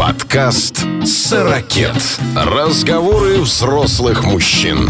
Подкаст «Сорокет». Разговоры взрослых мужчин.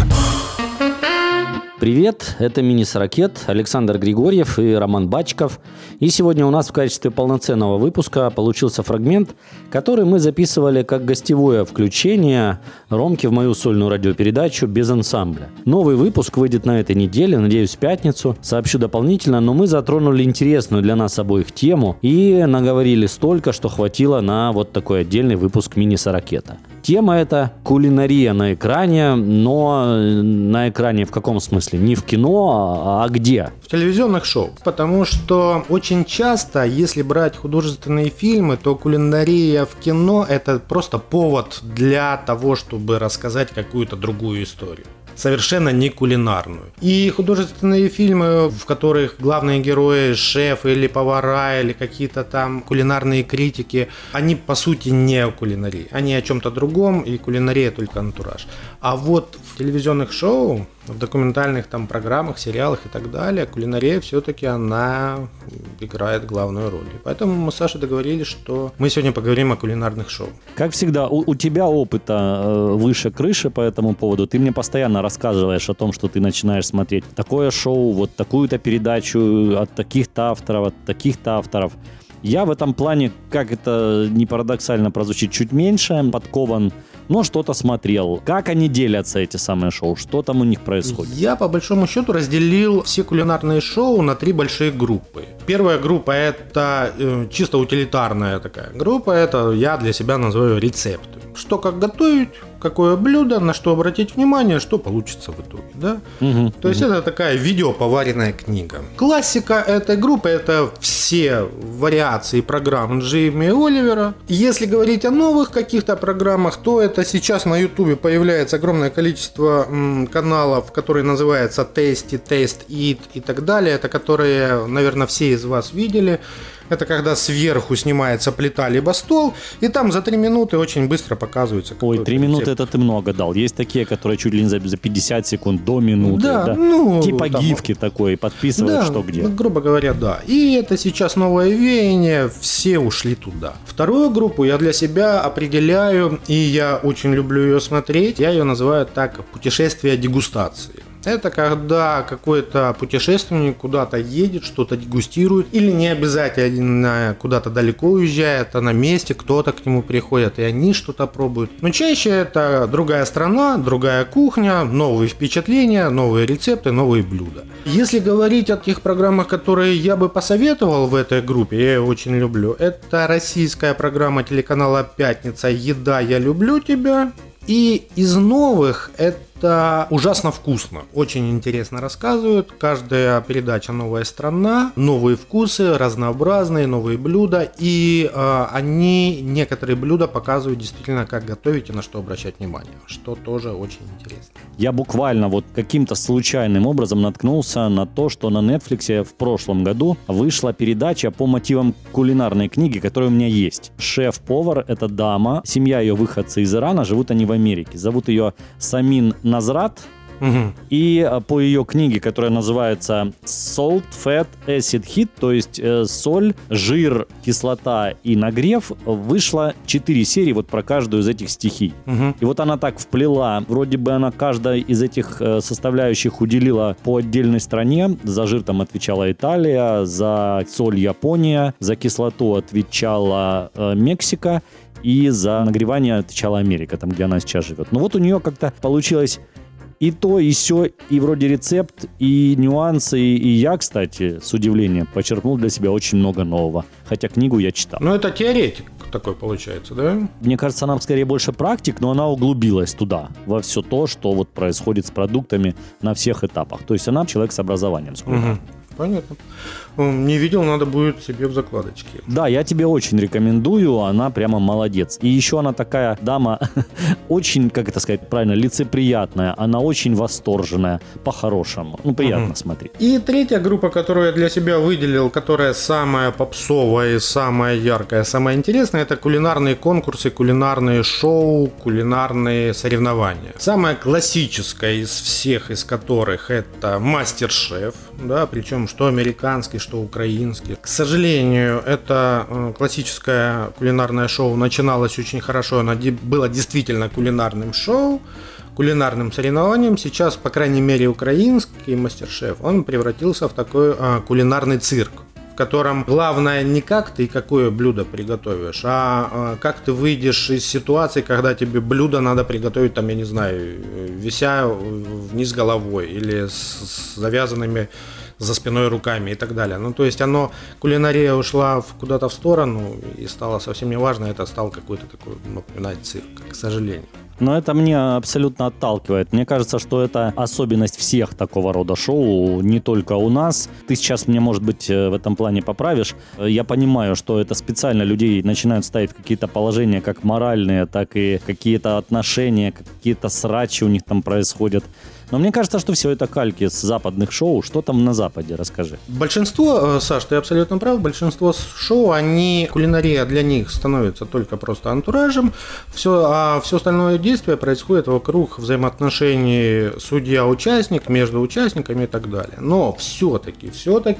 Привет, это мини-сорокет, Александр Григорьев и Роман Бачков. И сегодня у нас в качестве полноценного выпуска получился фрагмент, который мы записывали как гостевое включение Ромки в мою сольную радиопередачу «Без ансамбля». Новый выпуск выйдет на этой неделе, надеюсь, в пятницу. Сообщу дополнительно, но мы затронули интересную для нас обоих тему и наговорили столько, что хватило на вот такой отдельный выпуск мини-сорокета. Тема эта кулинария на экране, но на экране в каком смысле? Не в кино, а где? В телевизионных шоу. Потому что очень часто, если брать художественные фильмы, то кулинария в кино – это просто повод для того, чтобы рассказать какую-то другую историю. Совершенно не кулинарную. И художественные фильмы, в которых главные герои, шефы или повара, или какие-то там кулинарные критики, они по сути не о кулинарии. Они о чем-то другом, и кулинария только антураж. А вот в телевизионных шоу, в документальных там программах, сериалах и так далее, кулинария все-таки она играет главную роль. И поэтому мы с Сашей договорились, что мы сегодня поговорим о кулинарных шоу. Как всегда, у тебя опыта выше крыши по этому поводу. Ты мне постоянно рассказываешь о том, что ты начинаешь смотреть такое шоу, вот такую-то передачу от таких-то авторов, от таких-то авторов. Я в этом плане, как это не парадоксально прозвучит, чуть меньше подкован, но что-то смотрел. Как они делятся, эти самые шоу? Что там у них происходит? Я, по большому счету, разделил все кулинарные шоу на 3 большие группы. Первая группа – это чисто утилитарная такая группа. Это я для себя называю рецепты. Что как готовить, какое блюдо, на что обратить внимание, что получится в итоге. Да? То есть это такая видеоповаренная книга. Классика этой группы – это все вариации программ Джейми и Оливера. Если говорить о новых каких-то программах, то это сейчас на Ютубе появляется огромное количество каналов, которые называются Tasty, Taste, Eat и так далее. Это которые, наверное, все из вас видели. Это когда сверху снимается плита либо стол, и там за 3 минуты очень быстро показывается. Ой, 3 минуты это ты много дал. Есть такие, которые чуть ли не за 50 секунд до минуты. Да, да? Ну, типа там, гифки такой, подписывают, да, что где. Грубо говоря, да. И это сейчас новое веяние, все ушли туда. Вторую группу я для себя определяю, и я очень люблю ее смотреть. Я ее называю так: путешествие дегустации. Это когда какой-то путешественник куда-то едет, что-то дегустирует, или не обязательно куда-то далеко уезжает, а на месте кто-то к нему приходит, и они что-то пробуют. Но чаще это другая страна, другая кухня, новые впечатления, новые рецепты, новые блюда. Если говорить о тех программах, которые я бы посоветовал в этой группе, я ее очень люблю, это российская программа телеканала «Пятница» «Еда, я люблю тебя». И из новых это ужасно вкусно. Очень интересно рассказывают. Каждая передача новая страна, новые вкусы, разнообразные, новые блюда. И они некоторые блюда показывают действительно, как готовить и на что обращать внимание. Что тоже очень интересно. Я буквально вот каким-то случайным образом наткнулся на то, что на Netflix в прошлом году вышла передача по мотивам кулинарной книги, которая у меня есть. Шеф-повар – это дама. Семья ее выходцы из Ирана, живут они в Америке. Зовут ее Самин Назрат. И по ее книге, которая называется Salt, Fat, Acid, Heat, то есть соль, жир, кислота и нагрев, вышло 4 серии вот про каждую из этих стихий. И вот она так вплела, вроде бы она каждой из этих составляющих уделила по отдельной стране. За жир там отвечала Италия, за соль Япония, за кислоту отвечала Мексика, и за нагревание отвечала Америка, там, где она сейчас живет. Но вот у нее как-то получилось и то, и сё, и вроде рецепт, и нюансы, и я, кстати, с удивлением почерпнул для себя очень много нового. Хотя книгу я читал. Ну, это теоретик такой получается, да? Мне кажется, она скорее больше практик, но она углубилась туда, во все то, что вот происходит с продуктами на всех этапах. То есть она человек с образованием. Понятно. Не видел, надо будет себе в закладочке. Да, я тебе очень рекомендую, она прямо молодец. И еще она такая дама очень, как это сказать правильно, лицеприятная, она очень восторженная, по-хорошему. Ну, приятно смотреть. И третья группа, которую я для себя выделил, которая самая попсовая и самая яркая, самая интересная, это кулинарные конкурсы, кулинарные шоу, кулинарные соревнования. Самая классическая из всех, из которых это Мастер-шеф, да, причем что американский, что украинский. К сожалению, это классическое кулинарное шоу начиналось очень хорошо, оно было действительно кулинарным шоу, кулинарным соревнованием. Сейчас, по крайней мере, украинский мастер-шеф, он превратился в такой кулинарный цирк, в котором главное не как ты и какое блюдо приготовишь, а как ты выйдешь из ситуации, когда тебе блюдо надо приготовить, там, я не знаю, вися вниз головой или с завязанными за спиной руками и так далее. Ну, то есть кулинария ушла куда-то в сторону и стало совсем неважно, это стал какой-то такой, напоминать цирк, к сожалению. Но это меня абсолютно отталкивает. Мне кажется, что это особенность всех такого рода шоу, не только у нас. Ты сейчас меня, может быть, в этом плане поправишь. Я понимаю, что это специально людей начинают ставить в какие-то положения, как моральные, так и какие-то отношения, какие-то срачи у них там происходят. Но мне кажется, что все это кальки с западных шоу. Что там на Западе? Расскажи. Большинство, Саш, ты абсолютно прав, большинство шоу, кулинария для них становится только просто антуражем, а все остальное действие происходит вокруг взаимоотношений судья-участник, между участниками и так далее. Но все-таки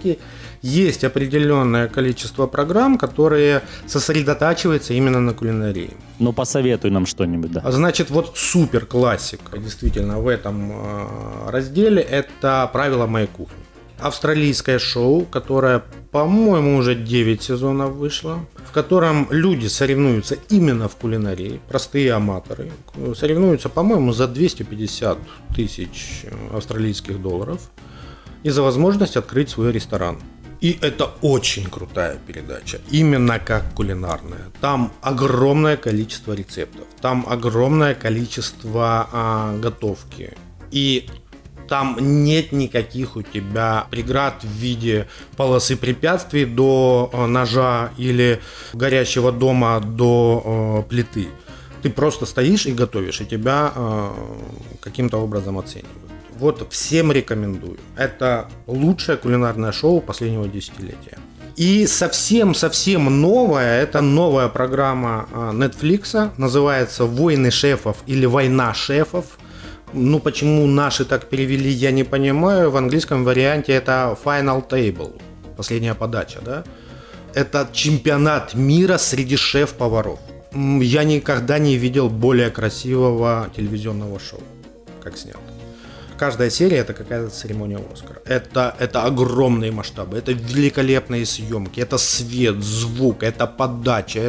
есть определенное количество программ, которые сосредотачиваются именно на кулинарии. Ну, посоветуй нам что-нибудь, да. Значит, супер классика, действительно, в этом разделе, это «Правила моей кухни». Австралийское шоу, которое, по-моему, уже 9 сезонов вышло, в котором люди соревнуются именно в кулинарии, простые аматоры, соревнуются, по-моему, за 250 тысяч австралийских долларов и за возможность открыть свой ресторан. И это очень крутая передача, именно как кулинарная. Там огромное количество рецептов, там огромное количество готовки. И там нет никаких у тебя преград в виде полосы препятствий до ножа или горящего дома до плиты. Ты просто стоишь и готовишь, и тебя каким-то образом оценивают. Всем рекомендую. Это лучшее кулинарное шоу последнего десятилетия. И совсем новое, это новая программа Netflix, называется «Войны шефов» или «Война шефов». Почему наши так перевели, я не понимаю. В английском варианте это Final Table, последняя подача, да? Это чемпионат мира среди шеф-поваров. Я никогда не видел более красивого телевизионного шоу, как снято. Каждая серия – это какая-то церемония Оскара. Это огромные масштабы, это великолепные съемки, это свет, звук, это подача,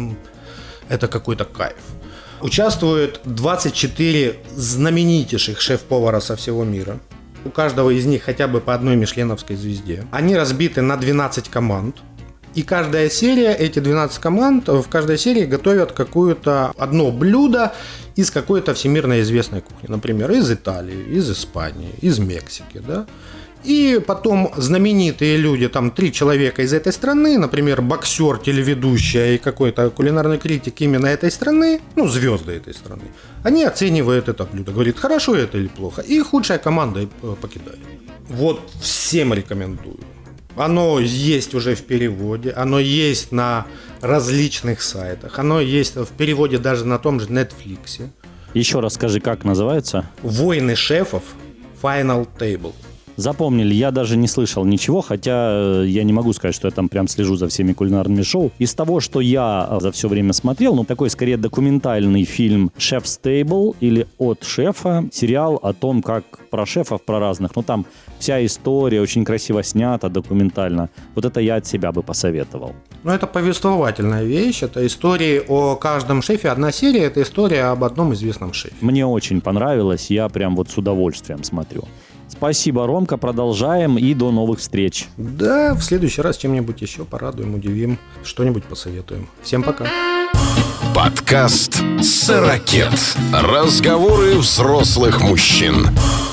это какой-то кайф. Участвуют 24 знаменитейших шеф-повара со всего мира. У каждого из них хотя бы по одной мишленовской звезде. Они разбиты на 12 команд. И каждая серия, эти 12 команд, в каждой серии готовят какое-то одно блюдо из какой-то всемирно известной кухни. Например, из Италии, из Испании, из Мексики, да. И потом знаменитые люди, там 3 человека из этой страны, например, боксер, телеведущая и какой-то кулинарный критик именно этой страны, звезды этой страны, они оценивают это блюдо, говорят, хорошо это или плохо, и худшая команда покидает. Всем рекомендую. Оно есть уже в переводе, оно есть на различных сайтах, оно есть в переводе даже на том же Netflix. Еще раз скажи, как называется? «Войны шефов. Final Table». Запомнили, я даже не слышал ничего, хотя я не могу сказать, что я там прям слежу за всеми кулинарными шоу. Из того, что я за все время смотрел, такой скорее документальный фильм «Chef's Table» или «От шефа», сериал о том, как про шефов, про разных, там вся история очень красиво снята, документально. Это я от себя бы посоветовал. Это повествовательная вещь, это истории о каждом шефе. Одна серия – это история об одном известном шефе. Мне очень понравилось, я прям с удовольствием смотрю. Спасибо, Ромка, продолжаем и до новых встреч. Да, в следующий раз чем-нибудь еще порадуем, удивим, что-нибудь посоветуем. Всем пока. Подкаст «Сырокет». Разговоры взрослых мужчин.